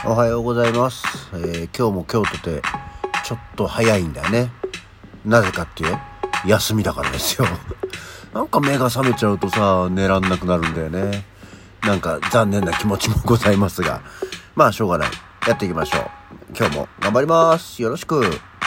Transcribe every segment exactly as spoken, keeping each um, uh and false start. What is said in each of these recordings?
おはようございます、えー、今日も今日とてちょっと早いんだよね。なぜかっていう休みだからですよなんか目が覚めちゃうとさ寝らんなくなるんだよね。なんか残念な気持ちもございますが、まあしょうがない、やっていきましょう。今日も頑張ります。よろしく。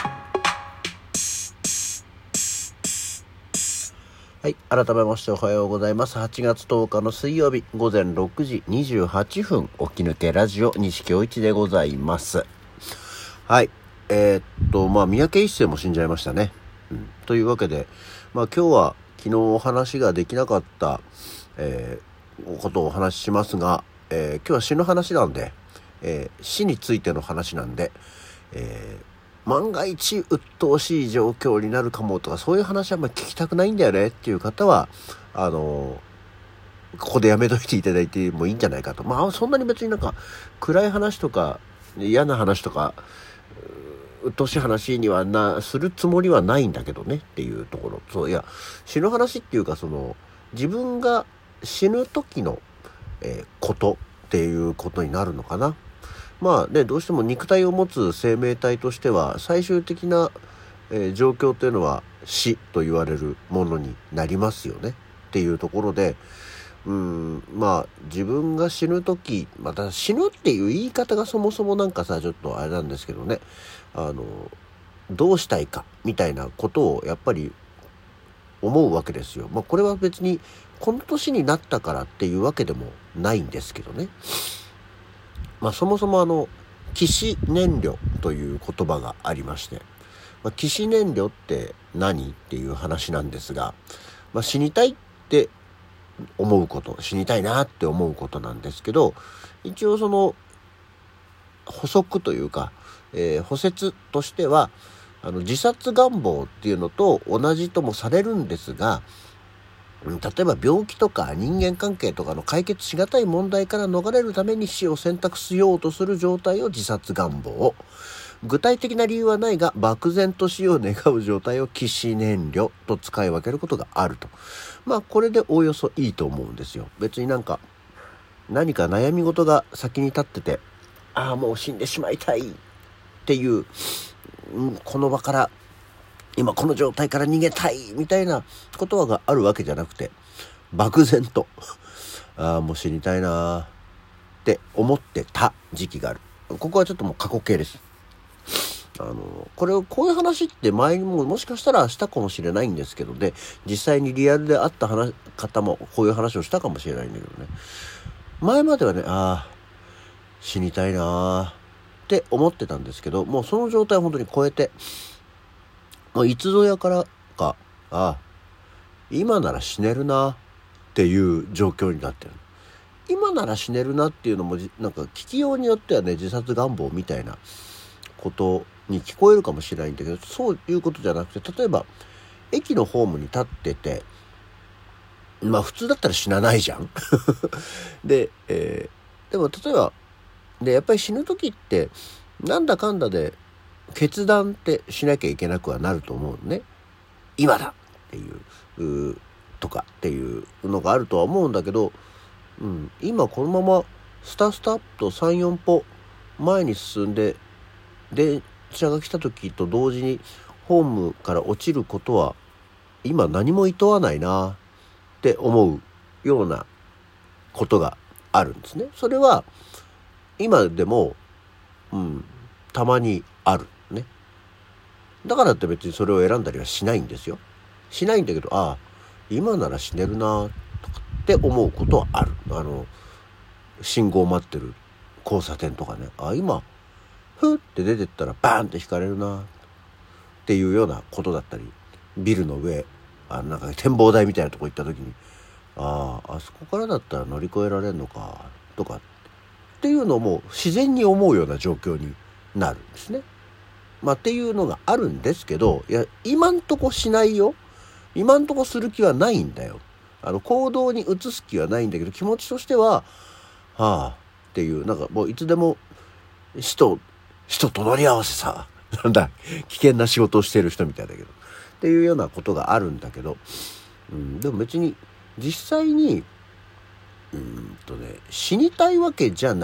はい、改めましておはようございます。はちがつとおかの水曜日午前ろくじにじゅうはっぷん、起き抜けラジオ西京一でございます。はい、えー、っとまあ三宅一生も死んじゃいましたね、うん、というわけで、まあ今日は昨日お話ができなかった、えー、ことをお話ししますが、えー、今日は死の話なんで、えー、死についての話なんで、えー万が一鬱陶しい状況になるかもとかそういう話はあんまり聞きたくないんだよねっていう方はあのー、ここでやめといていただいてもいいんじゃないかと。まあそんなに別になんか暗い話とか嫌な話とか鬱陶しい話にはなするつもりはないんだけどねっていうところ。そういや死ぬ話っていうか、その自分が死ぬ時の、えー、ことっていうことになるのかな。まあね、どうしても肉体を持つ生命体としては最終的な、えー、状況というのは死と言われるものになりますよねっていうところで、うーんまあ自分が死ぬ時、また死ぬっていう言い方がそもそもなんかさちょっとあれなんですけどね、あのどうしたいかみたいなことをやっぱり思うわけですよ。まあこれは別にこの年になったからっていうわけでもないんですけどね。まあ、そもそもあの起死燃料という言葉がありまして、まあ、起死燃料って何っていう話なんですが、まあ、死にたいって思うこと、死にたいなって思うことなんですけど、一応その補足というか、えー、補説としてはあの自殺願望っていうのと同じともされるんですが、例えば病気とか人間関係とかの解決しがたい問題から逃れるために死を選択しようとする状態を自殺願望を、具体的な理由はないが漠然と死を願う状態を起死燃料と使い分けることがあると。まあこれでおおよそいいと思うんですよ。別になんか何か悩み事が先に立ってて、ああもう死んでしまいたいっていう、うん、この場から今この状態から逃げたいみたいな言葉があるわけじゃなくて、漠然とああもう死にたいなって思ってた時期がある。ここはちょっともう過去形です。あのこれをこういう話って前にももしかしたらしたかもしれないんですけどね、実際にリアルで会った話方もこういう話をしたかもしれないんだけどね、前まではねああ死にたいなって思ってたんですけど、もうその状態を本当に超えて、もういつぞやからか、ああ今なら死ねるなっていう状況になってる。今なら死ねるなっていうのもなんか聞きようによってはね自殺願望みたいなことに聞こえるかもしれないんだけど、そういうことじゃなくて、例えば駅のホームに立ってて、まあ普通だったら死なないじゃんで、えー、でも例えばでやっぱり死ぬ時ってなんだかんだで決断ってしなきゃいけなくはなると思うね。今だっていううとかっていうのがあるとは思うんだけど、うん、今このままスタスタっと さん,よん 歩前に進んで電車が来た時と同時にホームから落ちることは今何も厭わないなって思うようなことがあるんですね。それは今でも、うん、たまにあるね。だからって別にそれを選んだりはしないんですよ。しないんだけど、ああ今なら死ねるなとかって思うことはある。あの信号待ってる交差点とかね、あ今ふって出てったらバーンって引かれるなっていうようなことだったり、ビルの上あなんか展望台みたいなとこ行った時に、あああそこからだったら乗り越えられるのかとかっていうのをもう自然に思うような状況になるんですね。まあっていうのがあるんですけど、いや今んとこしないよ、今んとこする気はないんだよ。あの行動に移す気はないんだけど、気持ちとしてははあっていう、なんかもういつでも死と死と隣り合わせさなんだ危険な仕事をしてる人みたいだけどっていうようなことがあるんだけど、うん、でも別に実際にうんとね死にたいわけじゃない。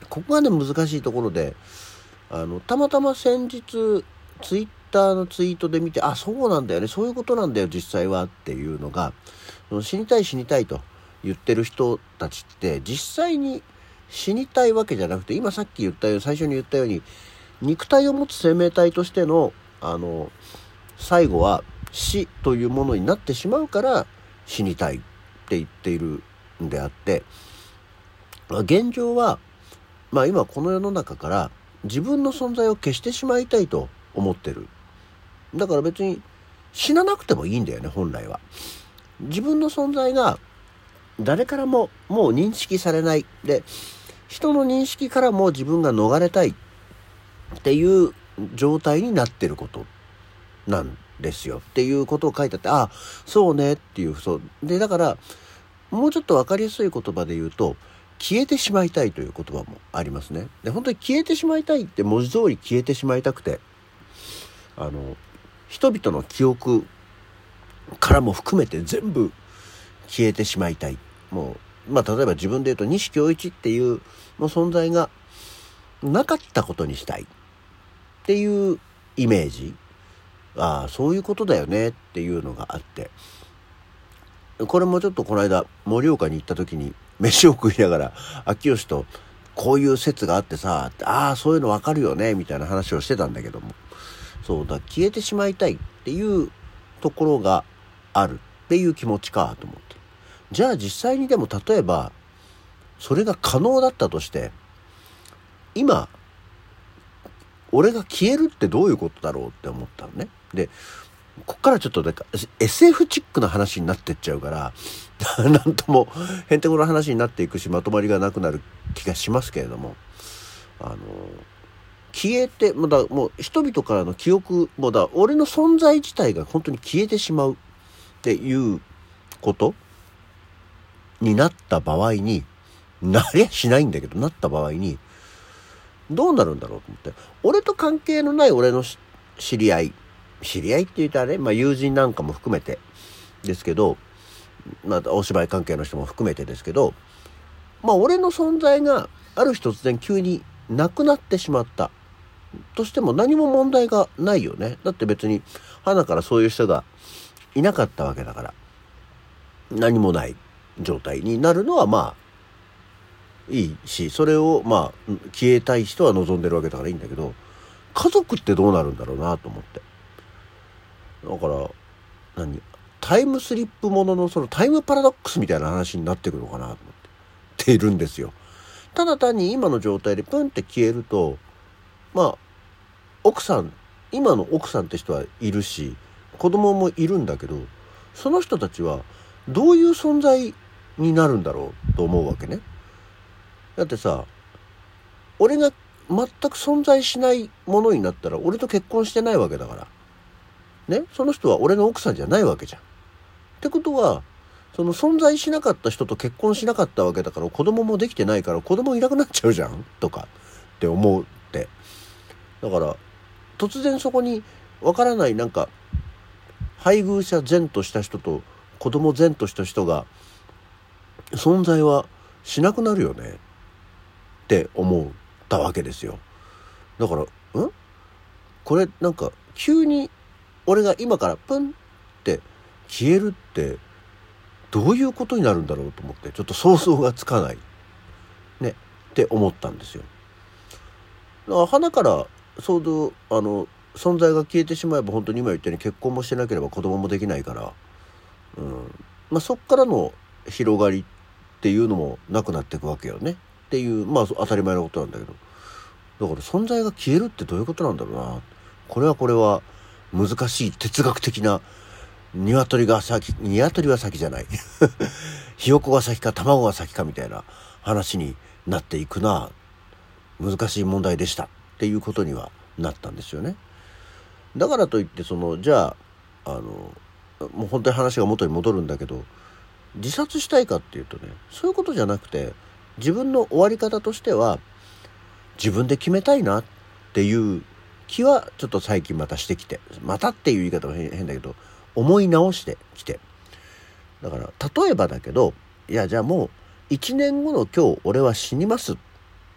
ここがね難しいところで、あのたまたま先日ツイッターのツイートで見て、あ、そうなんだよね、そういうことなんだよ実際はっていうのが、その死にたい死にたいと言ってる人たちって実際に死にたいわけじゃなくて、今さっき言ったように最初に言ったように肉体を持つ生命体としてのあの最後は死というものになってしまうから死にたいって言っているんであって、現状はまあ今この世の中から自分の存在を消してしまいたいと思ってる。だから別に死ななくてもいいんだよね、本来は。自分の存在が誰からももう認識されないで、人の認識からも自分が逃れたいっていう状態になってることなんですよっていうことを書いてあって、ああそうねっていう、そうで、だからもうちょっと分かりやすい言葉で言うと、消えてしまいたいという言葉もありますね。で、本当に消えてしまいたいって文字通り消えてしまいたくて、あの人々の記憶からも含めて全部消えてしまいたい。もうまあ例えば自分で言うと西京一っていうの存在がなかったことにしたいっていうイメージ、ああそういうことだよねっていうのがあって、これもちょっとこの間盛岡に行った時に飯を食いながら秋吉とこういう説があってさ、ああそういうの分かるよねみたいな話をしてたんだけども、そうだ、消えてしまいたいっていうところがあるっていう気持ちかと思って、じゃあ実際にでも例えばそれが可能だったとして、今俺が消えるってどういうことだろうって思ったのね。でこっからちょっとなんか エスエフ チックな話になってっちゃうからなんともへんてこな話になっていくし、まとまりがなくなる気がしますけれども、あの消えてもうだもう人々からの記憶もだ俺の存在自体が本当に消えてしまうっていうことになった場合に、なりゃしないんだけどなった場合にどうなるんだろうと思って、俺と関係のない俺の知り合い知り合いって言ったらね、まあ友人なんかも含めてですけど、まあお芝居関係の人も含めてですけど、まあ俺の存在がある日突然急になくなってしまったとしても何も問題がないよね。だって別に花からそういう人がいなかったわけだから、何もない状態になるのはまあいいし、それをまあ消えたい人は望んでるわけだからいいんだけど、家族ってどうなるんだろうなと思って、だから何タイムスリップもののそのタイムパラドックスみたいな話になってくるのかなと思っているんですよ。ただ単に今の状態でプンって消えると、まあ奥さん今の奥さんって人はいるし子供もいるんだけど、その人たちはどういう存在になるんだろうと思うわけね。だってさ、俺が全く存在しないものになったら俺と結婚してないわけだからね、その人は俺の奥さんじゃないわけじゃん。ってことはその存在しなかった人と結婚しなかったわけだから、子供もできてないから子供いなくなっちゃうじゃんとかって思うって、だから突然そこにわからないなんか配偶者前とした人と子供前とした人が存在はしなくなるよねって思ったわけですよ。だからんこれなんか急に俺が今からプンって消えるってどういうことになるんだろうと思って、ちょっと想像がつかないねって思ったんですよ。だから花から想像あの存在が消えてしまえば本当に今言ったように結婚もしてなければ子供もできないから、うんまあ、そっからの広がりっていうのもなくなっていくわけよねっていう、まあ当たり前のことなんだけど、だから存在が消えるってどういうことなんだろうな。これはこれは難しい哲学的な、鶏が先鶏は先じゃないひよこが先か卵が先かみたいな話になっていくな。難しい問題でしたっていうことにはなったんですよね。だからといってそのじゃああのもう本当に話が元に戻るんだけど、自殺したいかっていうとね、そういうことじゃなくて、自分の終わり方としては自分で決めたいなっていう気はちょっと最近またしてきて、またっていう言い方は変だけど思い直してきて、だから例えばだけど、いやじゃあもういちねんごの今日俺は死にますっ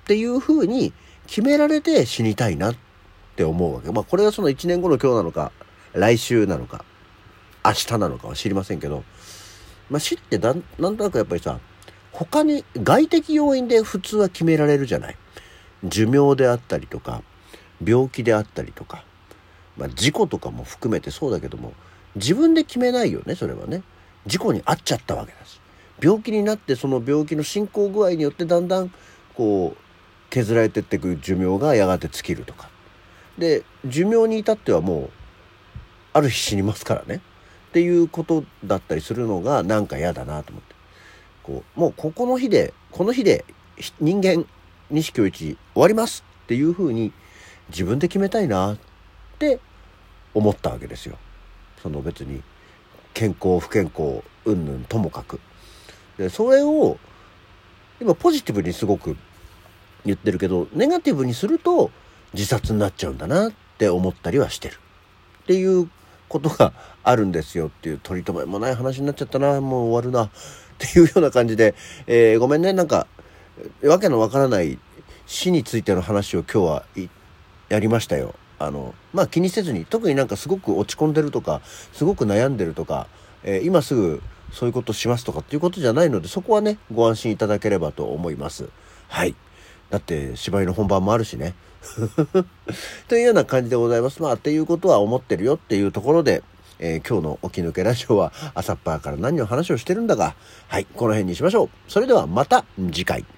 っていう風に決められて死にたいなって思うわけ。まあこれがそのいちねんごの今日なのか、来週なのか、明日なのかは知りませんけど、まあ死ってなん、なんとなくやっぱりさ、他に外的要因で普通は決められるじゃない。寿命であったりとか、病気であったりとか、まあ事故とかも含めてそうだけども、自分で決めないよね、それはね。事故に遭っちゃったわけだし、病気になってその病気の進行具合によってだんだんこう削られてっていく寿命がやがて尽きるとかで、寿命に至ってはもうある日死にますからねっていうことだったりするのがなんか嫌だなと思って、こうもうここの日でこの日で人間西京一終わりますっていう風に自分で決めたいなって思ったわけですよ。その別に健康不健康うんぬんともかくで、それを今ポジティブにすごく言ってるけど、ネガティブにすると自殺になっちゃうんだなって思ったりはしてるっていうことがあるんですよっていう、取り留めもない話になっちゃったな、もう終わるなっていうような感じで、えー、ごめんね、なんかわけのわからない死についての話を今日はやりましたよ。あのまあ気にせずに、特になんかすごく落ち込んでるとかすごく悩んでるとか、えー、今すぐそういうことしますとかっていうことじゃないので、そこはねご安心いただければと思います。はい、だって芝居の本番もあるしねというような感じでございます。まあっていうことは思ってるよっていうところで、えー、今日の起き抜けラジオは朝っぱらから何の話をしてるんだが、はい、この辺にしましょう。それではまた次回。